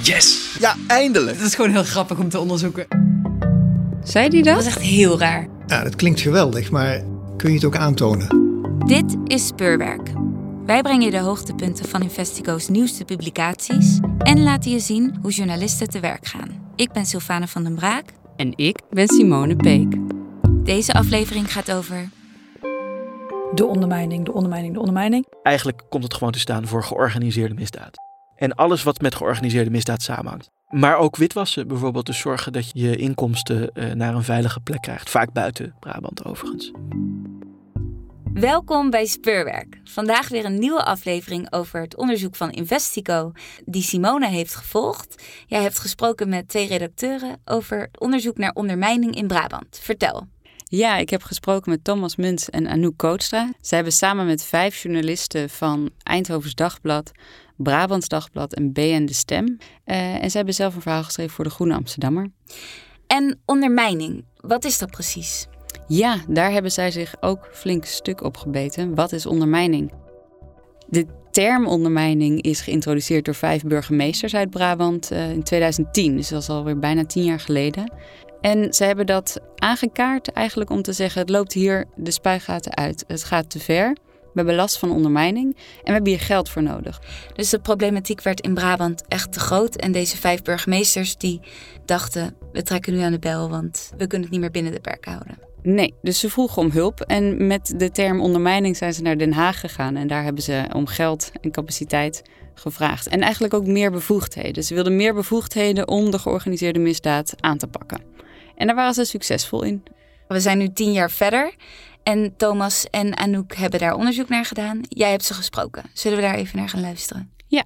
Yes! Ja, eindelijk! Dat is gewoon heel grappig om te onderzoeken. Zei die dat? Dat is echt heel raar. Ja, dat klinkt geweldig, maar kun je het ook aantonen? Dit is Speurwerk. Wij brengen je de hoogtepunten van Investigo's nieuwste publicaties en laten je zien hoe journalisten te werk gaan. Ik ben Sylvane van den Braak. En ik ben Simone Peek. Deze aflevering gaat over... De ondermijning. Eigenlijk komt het gewoon te staan voor georganiseerde misdaad. En alles wat met georganiseerde misdaad samenhangt. Maar ook witwassen bijvoorbeeld, dus zorgen dat je je inkomsten naar een veilige plek krijgt. Vaak buiten Brabant overigens. Welkom bij Speurwerk. Vandaag weer een nieuwe aflevering over het onderzoek van Investigo die Simone heeft gevolgd. Jij hebt gesproken met 2 redacteuren over het onderzoek naar ondermijning in Brabant. Vertel. Ja, ik heb gesproken met Thomas Muntz en Anouk Kootstra. Zij hebben samen met 5 journalisten van Eindhovens Dagblad, Brabants Dagblad en BN De Stem. En zij hebben zelf een verhaal geschreven voor de Groene Amsterdammer. En ondermijning, wat is dat precies? Ja, daar hebben zij zich ook flink stuk op gebeten. Wat is ondermijning? De term ondermijning is geïntroduceerd door 5 burgemeesters uit Brabant in 2010. Dus dat is alweer bijna 10 jaar geleden. En ze hebben dat aangekaart eigenlijk om te zeggen, het loopt hier de spuigaten uit. Het gaat te ver. We hebben last van ondermijning en we hebben hier geld voor nodig. Dus de problematiek werd in Brabant echt te groot. En deze 5 burgemeesters die dachten, we trekken nu aan de bel, want we kunnen het niet meer binnen de perken houden. Nee, dus ze vroegen om hulp. En met de term ondermijning zijn ze naar Den Haag gegaan. En daar hebben ze om geld en capaciteit gevraagd. En eigenlijk ook meer bevoegdheden. Ze wilden meer bevoegdheden om de georganiseerde misdaad aan te pakken. En daar waren ze succesvol in. We zijn nu 10 jaar verder. En Thomas en Anouk hebben daar onderzoek naar gedaan. Jij hebt ze gesproken. Zullen we daar even naar gaan luisteren? Ja.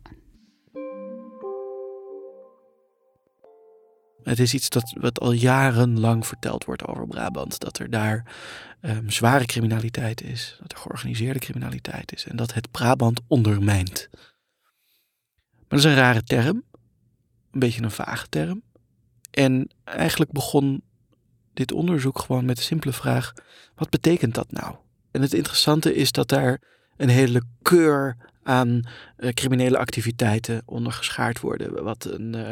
Het is iets wat al jarenlang verteld wordt over Brabant. Dat er daar zware criminaliteit is. Dat er georganiseerde criminaliteit is. En dat het Brabant ondermijnt. Maar dat is een rare term. Een beetje een vage term. En eigenlijk begon dit onderzoek gewoon met de simpele vraag, wat betekent dat nou? En het interessante is dat daar een hele keur aan criminele activiteiten onder geschaard worden. Wat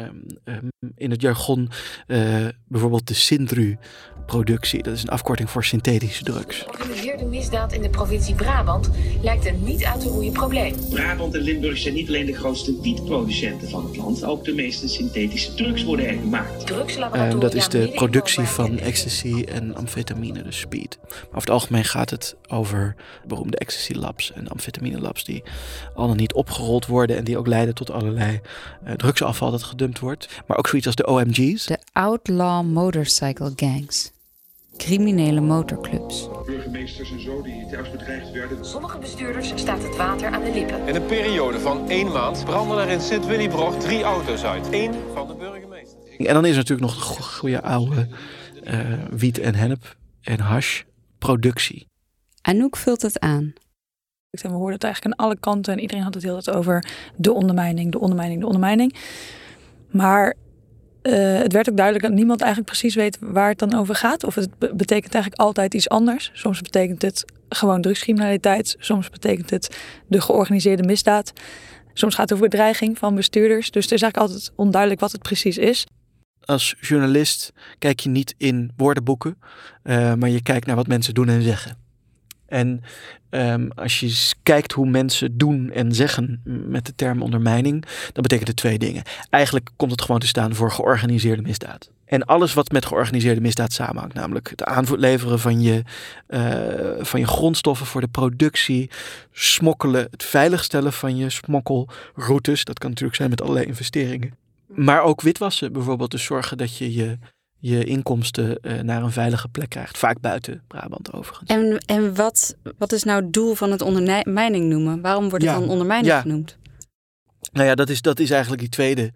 in het jargon bijvoorbeeld de Sindru-productie. Dat is een afkorting voor synthetische drugs. Georganiseerde misdaad in de provincie Brabant lijkt er niet uit te roeien probleem. Brabant en Limburg zijn niet alleen de grootste wietproducenten van het land. Ook de meeste synthetische drugs worden er gemaakt. Dat is de productie van ecstasy en amfetamine, dus speed. Maar over het algemeen gaat het over beroemde ecstasy labs en amfetamine labs die al dan niet opgerold worden en die ook leiden tot allerlei drugsafval dat gedumpt wordt. Maar ook zoiets als de OMG's. De Outlaw Motorcycle Gangs. Criminele motorclubs. Burgemeesters en zo die thuis bedreigd werden. Sommige bestuurders staat het water aan de lippen. In een periode van 1 maand branden er in Sint-Willibrord 3 auto's uit. 1 van de burgemeesters. En dan is er natuurlijk nog de goede oude wiet en hennep en hash productie. Anouk vult het aan. En we hoorden het eigenlijk aan alle kanten en iedereen had het heel tijd over de ondermijning. Maar het werd ook duidelijk dat niemand eigenlijk precies weet waar het dan over gaat. Of het betekent eigenlijk altijd iets anders. Soms betekent het gewoon drugscriminaliteit. Soms betekent het de georganiseerde misdaad. Soms gaat het over bedreiging van bestuurders. Dus het is eigenlijk altijd onduidelijk wat het precies is. Als journalist kijk je niet in woordenboeken, maar je kijkt naar wat mensen doen en zeggen. En als je kijkt hoe mensen doen en zeggen met de term ondermijning, dan betekent het 2 dingen. Eigenlijk komt het gewoon te staan voor georganiseerde misdaad. En alles wat met georganiseerde misdaad samenhangt, namelijk het aanleveren van je grondstoffen voor de productie, smokkelen, het veiligstellen van je smokkelroutes, dat kan natuurlijk zijn met allerlei investeringen. Maar ook witwassen bijvoorbeeld, dus zorgen dat je inkomsten naar een veilige plek krijgt. Vaak buiten Brabant overigens. En wat is nou het doel van het ondermijning noemen? Waarom wordt het dan ondermijning genoemd? Nou ja, dat is eigenlijk die tweede.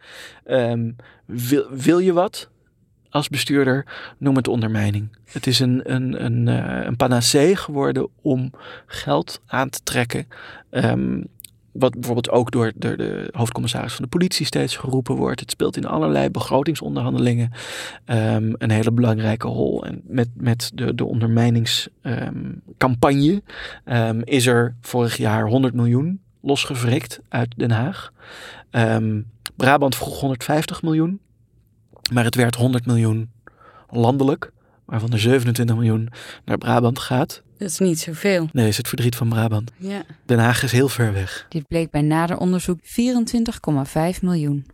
Wil je wat als bestuurder? Noem het ondermijning. Het is een panacee geworden om geld aan te trekken. Wat bijvoorbeeld ook door de hoofdcommissaris van de politie steeds geroepen wordt. Het speelt in allerlei begrotingsonderhandelingen een hele belangrijke rol. En met de ondermijningscampagne is er vorig jaar 100 miljoen losgewrikt uit Den Haag. Brabant vroeg 150 miljoen. Maar het werd 100 miljoen landelijk. Waarvan er 27 miljoen naar Brabant gaat. Dat is niet zoveel. Nee, is het verdriet van Brabant. Ja. Den Haag is heel ver weg. Dit bleek bij nader onderzoek 24,5 miljoen.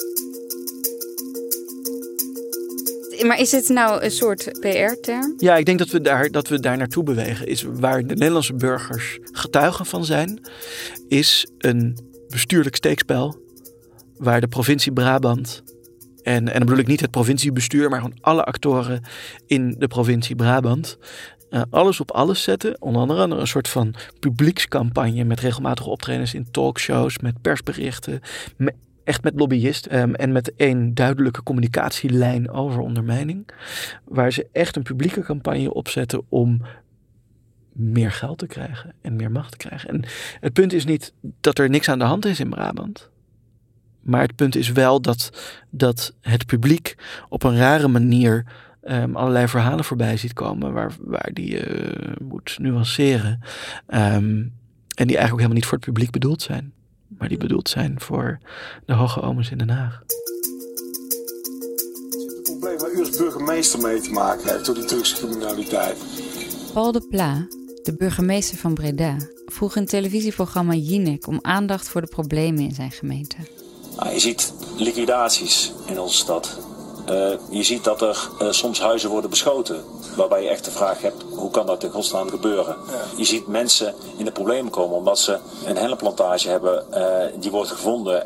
Maar is het nou een soort PR-term? Ja, ik denk dat we daar naartoe bewegen. Is waar de Nederlandse burgers getuigen van zijn, is een bestuurlijk steekspel waar de provincie Brabant, en dan bedoel ik niet het provinciebestuur, maar gewoon alle actoren in de provincie Brabant, alles op alles zetten. Onder andere een soort van publiekscampagne met regelmatige optredens in talkshows, met persberichten, echt met lobbyisten en met één duidelijke communicatielijn over ondermijning. Waar ze echt een publieke campagne opzetten om meer geld te krijgen en meer macht te krijgen. En het punt is niet dat er niks aan de hand is in Brabant. Maar het punt is wel dat het publiek op een rare manier allerlei verhalen voorbij ziet komen waar die moet nuanceren. En die eigenlijk ook helemaal niet voor het publiek bedoeld zijn. Maar die bedoeld zijn voor de hoge omens in Den Haag. Het probleem waar u als burgemeester mee te maken heeft door die drugscriminaliteit. Paul de Pla, de burgemeester van Breda, vroeg in het televisieprogramma Jinek om aandacht voor de problemen in zijn gemeente. Je ziet liquidaties in onze stad. Je ziet dat er soms huizen worden beschoten. Waarbij je echt de vraag hebt, hoe kan dat in godsnaam gebeuren? Ja. Je ziet mensen in de problemen komen omdat ze een hennepplantage hebben. Die wordt gevonden.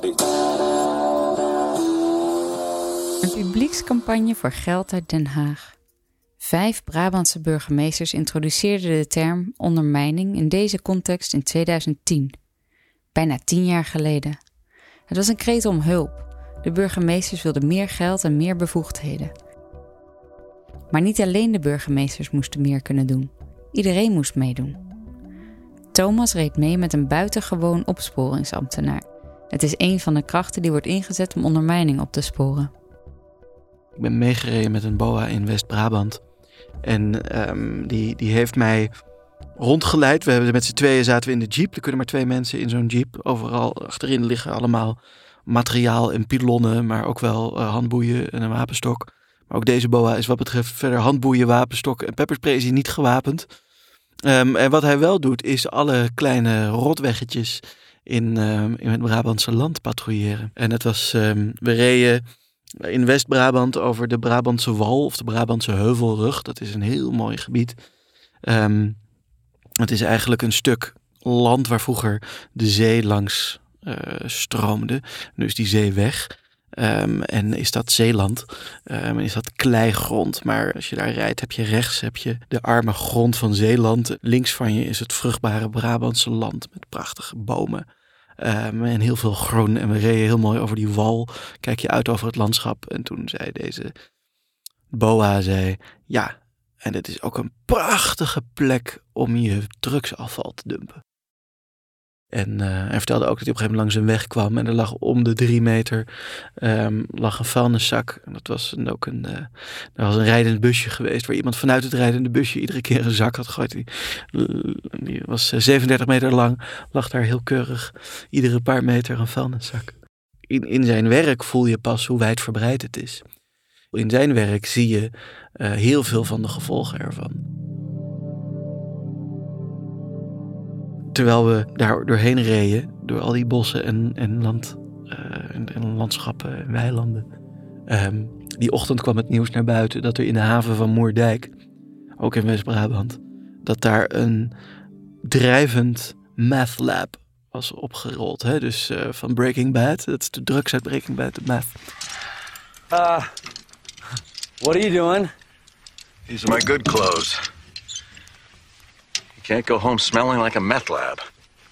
Een publiekscampagne voor geld uit Den Haag. 5 Brabantse burgemeesters introduceerden de term ondermijning in deze context in 2010. Bijna 10 jaar geleden. Het was een kreet om hulp. De burgemeesters wilden meer geld en meer bevoegdheden. Maar niet alleen de burgemeesters moesten meer kunnen doen. Iedereen moest meedoen. Thomas reed mee met een buitengewoon opsporingsambtenaar. Het is een van de krachten die wordt ingezet om ondermijning op te sporen. Ik ben meegereden met een BOA in West-Brabant. En die heeft mij rondgeleid. We hebben met z'n tweeën zaten we in de jeep. Er kunnen maar 2 mensen in zo'n jeep. Overal achterin liggen allemaal materiaal en pilonnen, maar ook wel handboeien en een wapenstok. Maar ook deze BOA is wat betreft verder handboeien, wapenstok en pepperspray is hij niet gewapend. En wat hij wel doet, is alle kleine rotweggetjes in het Brabantse land patrouilleren. En het was, we reden in West-Brabant over de Brabantse Wal of de Brabantse Heuvelrug. Dat is een heel mooi gebied. Het is eigenlijk een stuk land waar vroeger de zee langs stroomde. Nu is die zee weg. En is dat Zeeland. En is dat kleigrond. Maar als je daar rijdt, heb je rechts de arme grond van Zeeland. Links van je is het vruchtbare Brabantse land met prachtige bomen. En heel veel groen. En we reden heel mooi over die wal. Kijk je uit over het landschap. En toen zei deze BOA, ja, en het is ook een prachtige plek om je drugsafval te dumpen. En hij vertelde ook dat hij op een gegeven moment langs een weg kwam. En er lag om de 3 meter lag een vuilniszak. En dat was ook er was een rijdend busje geweest. Waar iemand vanuit het rijdende busje iedere keer een zak had gegooid. Die was 37 meter lang. Lag daar heel keurig iedere paar meter een vuilniszak. In zijn werk voel je pas hoe wijdverbreid het is. In zijn werk zie je heel veel van de gevolgen ervan. Terwijl we daar doorheen reden, door al die bossen en landschappen en weilanden. Die ochtend kwam het nieuws naar buiten dat er in de haven van Moerdijk, ook in West-Brabant, dat daar een drijvend meth lab was opgerold. Hè? Dus van Breaking Bad, dat is de drugs uit Breaking Bad, de meth. What are you doing? These are my good clothes. You can't go home smelling like a meth lab.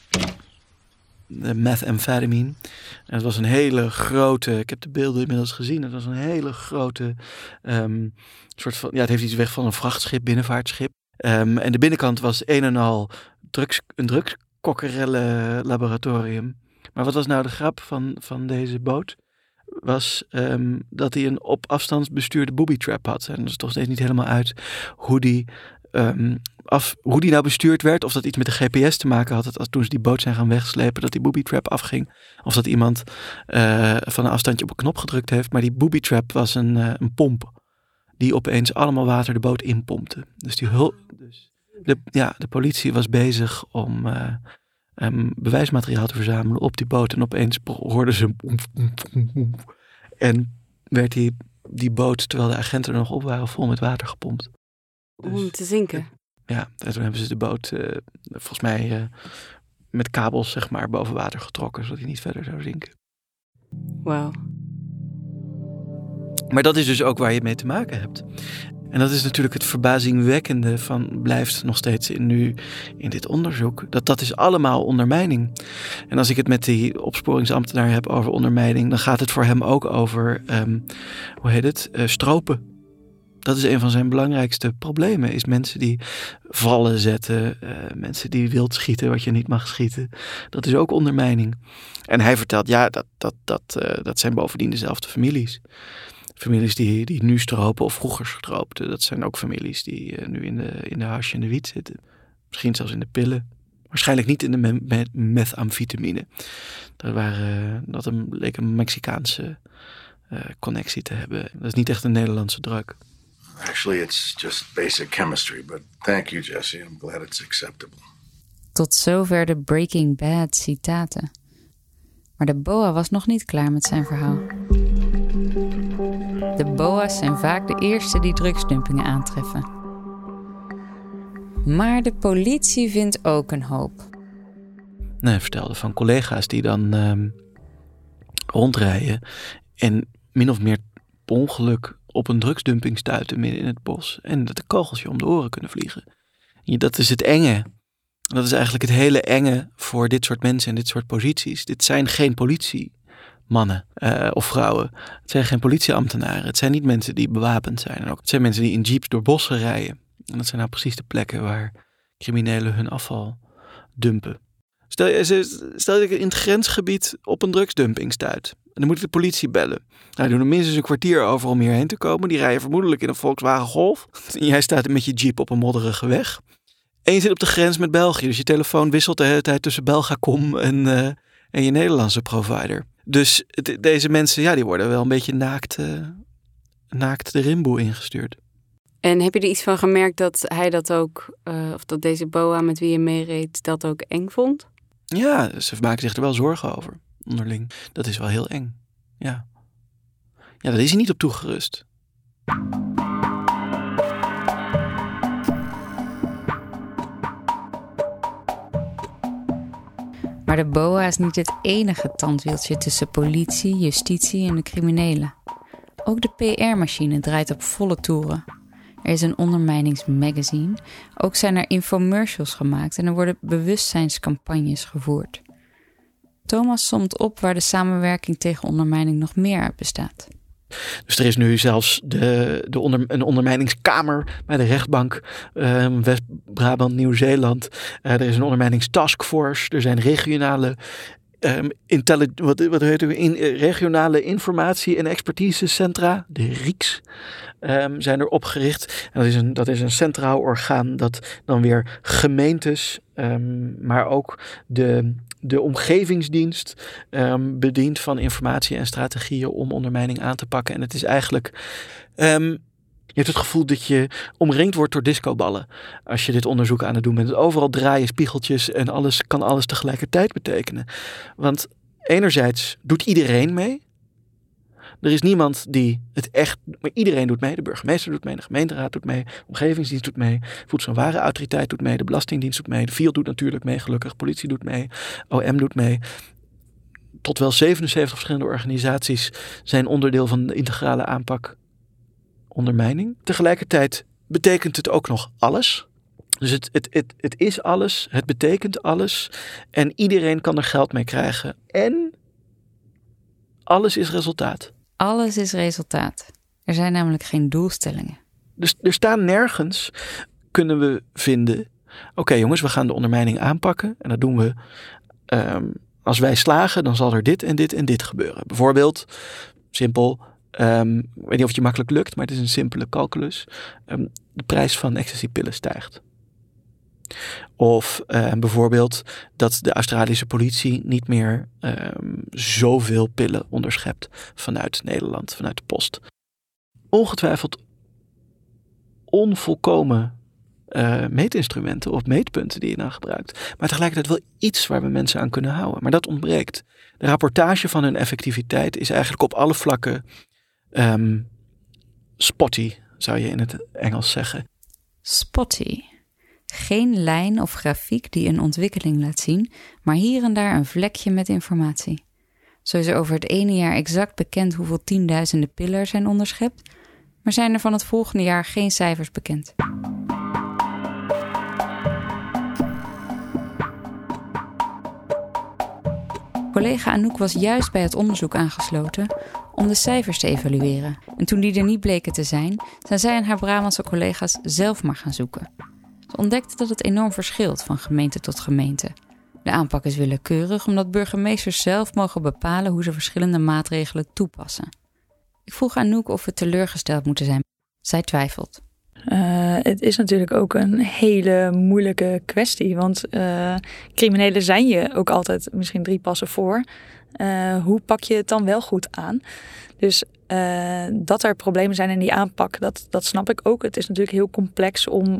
De methamphetamine. En het was een hele grote, ik heb de beelden inmiddels gezien, het was een hele grote soort van, ja, het heeft iets weg van een vrachtschip, binnenvaartschip. En de binnenkant was een en al een drugskokkerellen laboratorium. Maar wat was nou de grap van deze boot? Was dat hij een op afstand bestuurde booby trap had. En dat is toch steeds niet helemaal uit hoe die af hoe die nou bestuurd werd. Of dat iets met de GPS te maken had. Dat als toen ze die boot zijn gaan wegslepen, dat die booby trap afging. Of dat iemand van een afstandje op een knop gedrukt heeft. Maar die booby trap was een pomp. Die opeens allemaal water de boot inpompte. Dus de politie was bezig om bewijsmateriaal te verzamelen op die boot. En opeens hoorden ze en werd die boot, terwijl de agenten er nog op waren, vol met water gepompt. Om te zinken? Ja, en toen hebben ze de boot volgens mij met kabels zeg maar boven water getrokken, zodat hij niet verder zou zinken. Wauw. Maar dat is dus ook waar je mee te maken hebt. En dat is natuurlijk het verbazingwekkende van blijft nog steeds in dit onderzoek. Dat is allemaal ondermijning. En als ik het met die opsporingsambtenaar heb over ondermijning, dan gaat het voor hem ook over, stropen. Dat is een van zijn belangrijkste problemen. Is mensen die vallen zetten. Mensen die wild schieten wat je niet mag schieten. Dat is ook ondermijning. En hij vertelt, dat zijn bovendien dezelfde families. Families die nu stropen of vroeger stroopten. Dat zijn ook families die nu in de hash en de wiet zitten. Misschien zelfs in de pillen. Waarschijnlijk niet in de methamfetamine. Dat leek een Mexicaanse connectie te hebben. Dat is niet echt een Nederlandse drug. Actually, it's just basic chemistry, but thank you, Jesse. I'm glad it's acceptable. Tot zover de Breaking Bad citaten. Maar de BOA was nog niet klaar met zijn verhaal. De BOA's zijn vaak de eerste die drugsdumpingen aantreffen. Maar de politie vindt ook een hoop. Hij vertelde van collega's die dan rondrijden en min of meer per ongeluk op een drugsdumping stuiten midden in het bos. En dat de kogels je om de oren kunnen vliegen. Dat is het enge. Dat is eigenlijk het hele enge voor dit soort mensen en dit soort posities. Dit zijn geen politiemannen of vrouwen. Het zijn geen politieambtenaren. Het zijn niet mensen die bewapend zijn. En ook, het zijn mensen die in jeeps door bossen rijden. En dat zijn nou precies de plekken waar criminelen hun afval dumpen. Stel dat ik in het grensgebied op een drugsdumping stuit. En dan moet ik de politie bellen. Nou, die doen er minstens een kwartier over om hierheen te komen. Die rijden vermoedelijk in een Volkswagen Golf. En jij staat met je jeep op een modderige weg. En je zit op de grens met België. Dus je telefoon wisselt de hele tijd tussen Belgacom en je Nederlandse provider. Dus deze mensen, die worden wel een beetje naakt de rimboe ingestuurd. En heb je er iets van gemerkt dat hij dat ook, of dat deze BOA met wie je meereed, dat ook eng vond? Ja, ze maken zich er wel zorgen over, onderling. Dat is wel heel eng, ja. Ja, daar is hij niet op toegerust. Maar de BOA is niet het enige tandwieltje tussen politie, justitie en de criminelen. Ook de PR-machine draait op volle toeren. Er is een ondermijningsmagazine. Ook zijn er infomercials gemaakt en er worden bewustzijnscampagnes gevoerd. Thomas somt op waar de samenwerking tegen ondermijning nog meer uit bestaat. Dus er is nu zelfs een ondermijningskamer bij de rechtbank West-Brabant, Nieuw-Zeeland. Er is een ondermijningstaskforce. Er zijn regionale regionale informatie- en expertisecentra, de RIEX, zijn er opgericht. En dat is een centraal orgaan dat dan weer gemeentes, maar ook de omgevingsdienst bedient van informatie en strategieën om ondermijning aan te pakken. En het is eigenlijk... je hebt het gevoel dat je omringd wordt door discoballen als je dit onderzoek aan het doen bent. Overal draaien spiegeltjes en alles kan alles tegelijkertijd betekenen. Want enerzijds doet iedereen mee. Er is niemand die het echt... Maar iedereen doet mee. De burgemeester doet mee, de gemeenteraad doet mee, de omgevingsdienst doet mee, Voedsel- en Warenautoriteit doet mee, de Belastingdienst doet mee, de FIOD doet natuurlijk mee, gelukkig, politie doet mee, OM doet mee. Tot wel 77 verschillende organisaties zijn onderdeel van de integrale aanpak ondermijning. Tegelijkertijd betekent het ook nog alles. Dus het is alles, het betekent alles en iedereen kan er geld mee krijgen. En alles is resultaat. Alles is resultaat. Er zijn namelijk geen doelstellingen. Dus er staan nergens, kunnen we vinden, oké, jongens, we gaan de ondermijning aanpakken. En dat doen we, als wij slagen, dan zal er dit en dit en dit gebeuren. Bijvoorbeeld, simpel, ik weet niet of het je makkelijk lukt, maar het is een simpele calculus. De prijs van ecstasypillen stijgt. Of bijvoorbeeld dat de Australische politie niet meer zoveel pillen onderschept vanuit Nederland, vanuit de post. Ongetwijfeld onvolkomen meetinstrumenten of meetpunten die je dan gebruikt. Maar tegelijkertijd wel iets waar we mensen aan kunnen houden. Maar dat ontbreekt. De rapportage van hun effectiviteit is eigenlijk op alle vlakken spotty, zou je in het Engels zeggen. Spotty. Geen lijn of grafiek die een ontwikkeling laat zien, maar hier en daar een vlekje met informatie. Zo is er over het ene jaar exact bekend hoeveel tienduizenden pillen er zijn onderschept, maar zijn er van het volgende jaar geen cijfers bekend. Collega Anouk was juist bij het onderzoek aangesloten om de cijfers te evalueren. En toen die er niet bleken te zijn zij en haar Brabantse collega's zelf maar gaan zoeken. Ze ontdekten dat het enorm verschilt van gemeente tot gemeente. De aanpak is willekeurig omdat burgemeesters zelf mogen bepalen hoe ze verschillende maatregelen toepassen. Ik vroeg Anouk of we teleurgesteld moeten zijn. Zij twijfelt. Het is natuurlijk ook een hele moeilijke kwestie. Want criminelen zijn je ook altijd misschien 3 passen voor. Hoe pak je het dan wel goed aan? Dus dat er problemen zijn in die aanpak, dat snap ik ook. Het is natuurlijk heel complex om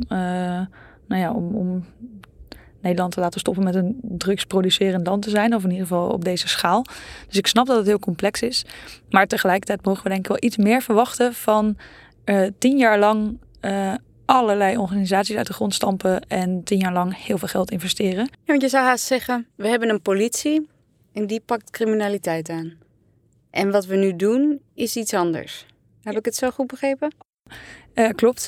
Nederland te laten stoppen met een drugsproducerend land te zijn. Of in ieder geval op deze schaal. Dus ik snap dat het heel complex is. Maar tegelijkertijd mogen we denk ik wel iets meer verwachten van 10 jaar lang allerlei organisaties uit de grond stampen en 10 jaar lang heel veel geld investeren. Ja, want je zou haast zeggen, we hebben een politie en die pakt criminaliteit aan. En wat we nu doen is iets anders. Heb ik het zo goed begrepen? Klopt.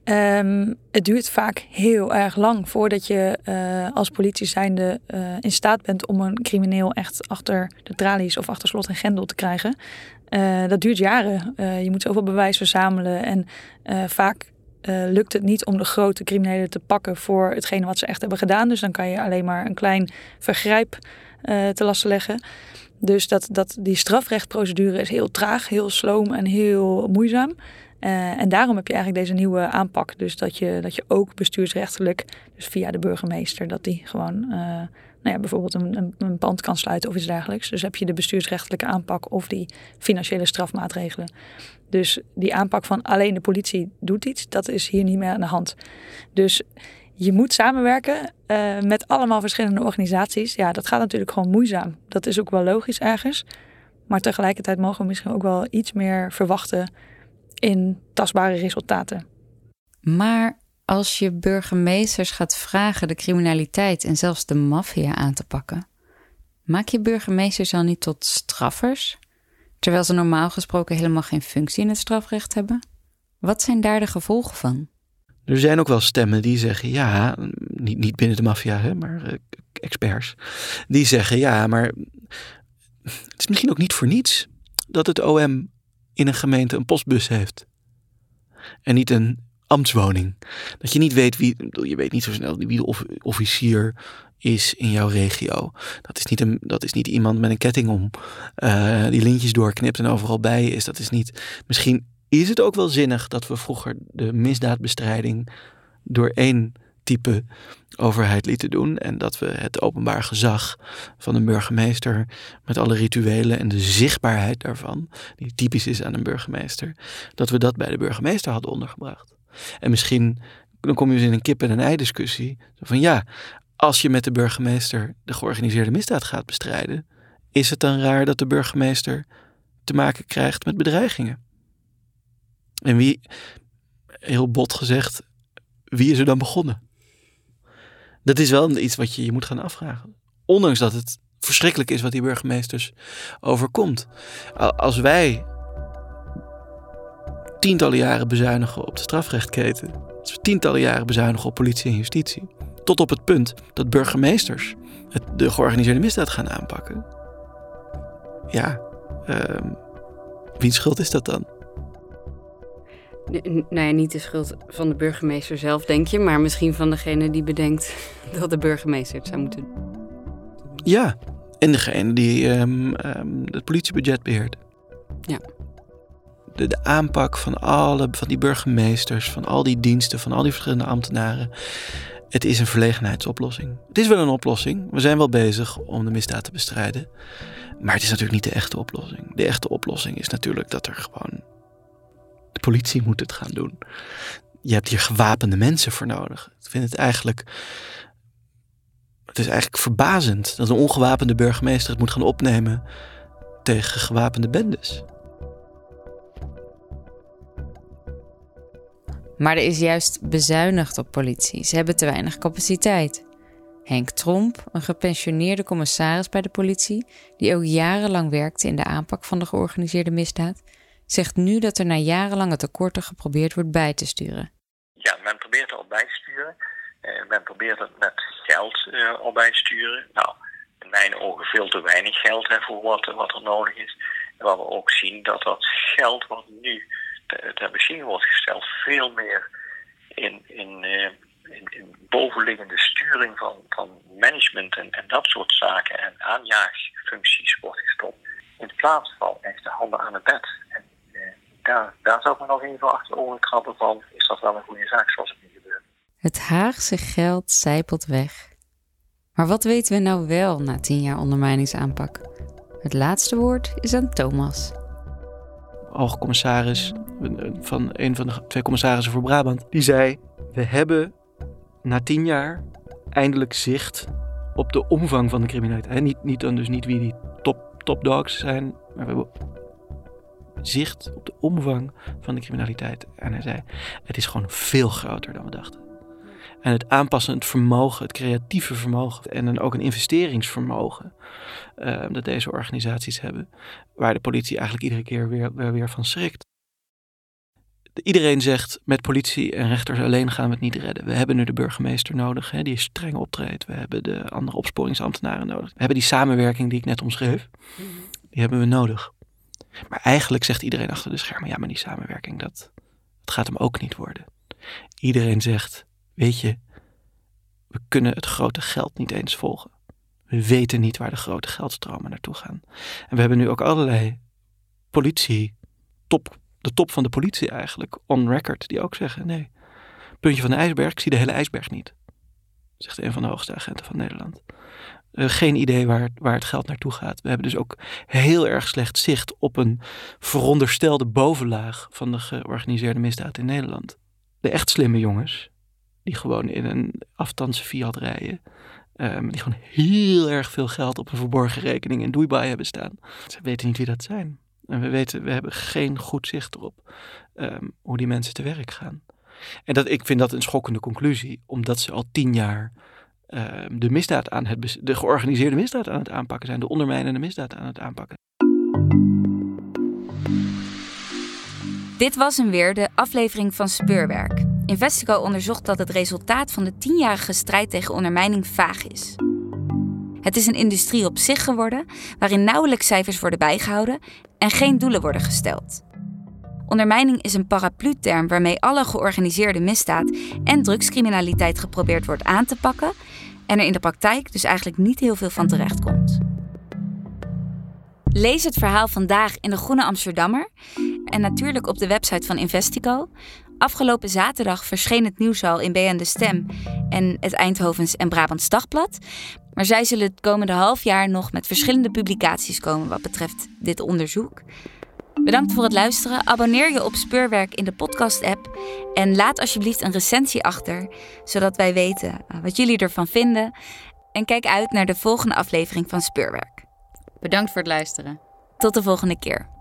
Het duurt vaak heel erg lang voordat je als politie zijnde in staat bent om een crimineel echt achter de tralies of achter slot en grendel te krijgen. Dat duurt jaren. Je moet zoveel bewijs verzamelen en vaak lukt het niet om de grote criminelen te pakken voor hetgene wat ze echt hebben gedaan. Dus dan kan je alleen maar een klein vergrijp te lasten leggen. Dus die strafrechtprocedure is heel traag, heel sloom en heel moeizaam. En daarom heb je eigenlijk deze nieuwe aanpak. Dus dat je ook bestuursrechtelijk, dus via de burgemeester, dat die gewoon bijvoorbeeld een pand kan sluiten of iets dergelijks. Dus heb je de bestuursrechtelijke aanpak of die financiële strafmaatregelen. Dus die aanpak van alleen de politie doet iets, dat is hier niet meer aan de hand. Dus je moet samenwerken met allemaal verschillende organisaties. Ja, dat gaat natuurlijk gewoon moeizaam. Dat is ook wel logisch ergens. Maar tegelijkertijd mogen we misschien ook wel iets meer verwachten in tastbare resultaten. Maar als je burgemeesters gaat vragen de criminaliteit en zelfs de maffia aan te pakken, maak je burgemeesters dan niet tot straffers, terwijl ze normaal gesproken helemaal geen functie in het strafrecht hebben? Wat zijn daar de gevolgen van? Er zijn ook wel stemmen die zeggen, ja, niet binnen de maffia, maar experts, die zeggen, ja, maar het is misschien ook niet voor niets dat het OM in een gemeente een postbus heeft. En niet een ambtswoning. Dat je niet weet je weet niet zo snel wie de officier is in jouw regio. Dat is niet iemand met een ketting om, die lintjes doorknipt en overal bij is. Dat is niet. Misschien is het ook wel zinnig dat we vroeger de misdaadbestrijding door één type overheid lieten doen en dat we het openbaar gezag van een burgemeester met alle rituelen en de zichtbaarheid daarvan, die typisch is aan een burgemeester, dat we dat bij de burgemeester hadden ondergebracht. En misschien, dan kom je dus in een kip en een ei discussie van ja, als je met de burgemeester de georganiseerde misdaad gaat bestrijden, is het dan raar dat de burgemeester te maken krijgt met bedreigingen? En wie, heel bot gezegd, wie is er dan begonnen? Dat is wel iets wat je moet gaan afvragen. Ondanks dat het verschrikkelijk is wat die burgemeesters overkomt. Als wij tientallen jaren bezuinigen op de strafrechtketen, als we tientallen jaren bezuinigen op politie en justitie, tot op het punt dat burgemeesters de georganiseerde misdaad gaan aanpakken. Ja, wiens schuld is dat dan? Nou ja, niet de schuld van de burgemeester zelf, denk je, maar misschien van degene die bedenkt dat de burgemeester het zou moeten doen. Ja, en degene die het politiebudget beheert. Ja. De aanpak van die burgemeesters, van al die diensten, van al die verschillende ambtenaren Het is een verlegenheidsoplossing. Het is wel een oplossing. We zijn wel bezig om de misdaad te bestrijden. Maar het is natuurlijk niet de echte oplossing. De echte oplossing is natuurlijk dat er gewoon... De politie moet het gaan doen. Je hebt hier gewapende mensen voor nodig. Ik vind het eigenlijk... Het is eigenlijk verbazend dat een ongewapende burgemeester het moet gaan opnemen tegen gewapende bendes. Maar er is juist bezuinigd op politie. Ze hebben te weinig capaciteit. Henk Tromp, een gepensioneerde commissaris bij de politie, die ook jarenlang werkte in de aanpak van de georganiseerde misdaad, zegt nu dat er na jarenlange tekorten geprobeerd wordt bij te sturen. Ja, men probeert er al bij te sturen. Men probeert het met geld al bij te sturen. Nou, in mijn ogen veel te weinig geld voor wat er nodig is. En wat we ook zien, dat geld wat nu ter beschikking wordt gesteld, veel meer in bovenliggende sturing van management en dat soort zaken en aanjaagfuncties wordt gestopt. In plaats van echt de handen aan het bed. En daar zou ik me nog even achter de oren krabben van, is dat wel een goede zaak zoals het nu gebeurt. Het Haagse geld zijpelt weg. Maar wat weten we nou wel na 10 jaar ondermijningsaanpak? Het laatste woord is aan Thomas. Hoge commissaris van een van de 2 commissarissen voor Brabant, die zei: we hebben na 10 jaar eindelijk zicht op de omvang van de criminaliteit. Niet wie die top dogs zijn, maar we hebben zicht op de omvang van de criminaliteit. En hij zei, het is gewoon veel groter dan we dachten. En het aanpassend vermogen, het creatieve vermogen en dan ook een investeringsvermogen dat deze organisaties hebben, waar de politie eigenlijk iedere keer weer van schrikt. Iedereen zegt, met politie en rechters alleen gaan we het niet redden. We hebben nu de burgemeester nodig, die streng optreedt. We hebben de andere opsporingsambtenaren nodig. We hebben die samenwerking die ik net omschreef. Die hebben we nodig. Maar eigenlijk zegt iedereen achter de schermen, ja, maar die samenwerking, dat gaat hem ook niet worden. Iedereen zegt, weet je, we kunnen het grote geld niet eens volgen. We weten niet waar de grote geldstromen naartoe gaan. En we hebben nu ook allerlei de top van de politie eigenlijk, on record, die ook zeggen, nee, puntje van de ijsberg, ik zie de hele ijsberg niet. Zegt een van de hoogste agenten van Nederland. Geen idee waar het geld naartoe gaat. We hebben dus ook heel erg slecht zicht op een veronderstelde bovenlaag van de georganiseerde misdaad in Nederland. De echt slimme jongens, die gewoon in een afstandse Fiat rijden, die gewoon heel erg veel geld op een verborgen rekening in Dubai hebben staan. Ze weten niet wie dat zijn. En we hebben geen goed zicht erop hoe die mensen te werk gaan. En ik vind dat een schokkende conclusie, omdat ze al 10 jaar de georganiseerde misdaad aan het aanpakken zijn, de ondermijnende misdaad aan het aanpakken. Dit was hem weer, de aflevering van Speurwerk. Investico onderzocht dat het resultaat van de 10-jarige strijd tegen ondermijning vaag is. Het is een industrie op zich geworden, waarin nauwelijks cijfers worden bijgehouden en geen doelen worden gesteld. Ondermijning is een paraplu-term waarmee alle georganiseerde misdaad en drugscriminaliteit geprobeerd wordt aan te pakken en er in de praktijk dus eigenlijk niet heel veel van terecht komt. Lees het verhaal vandaag in de Groene Amsterdammer en natuurlijk op de website van Investico. Afgelopen zaterdag verscheen het nieuws al in BN De Stem en het Eindhovens en Brabants Dagblad. Maar zij zullen het komende half jaar nog met verschillende publicaties komen wat betreft dit onderzoek. Bedankt voor het luisteren. Abonneer je op Speurwerk in de podcast-app. En laat alsjeblieft een recensie achter, zodat wij weten wat jullie ervan vinden. En kijk uit naar de volgende aflevering van Speurwerk. Bedankt voor het luisteren. Tot de volgende keer.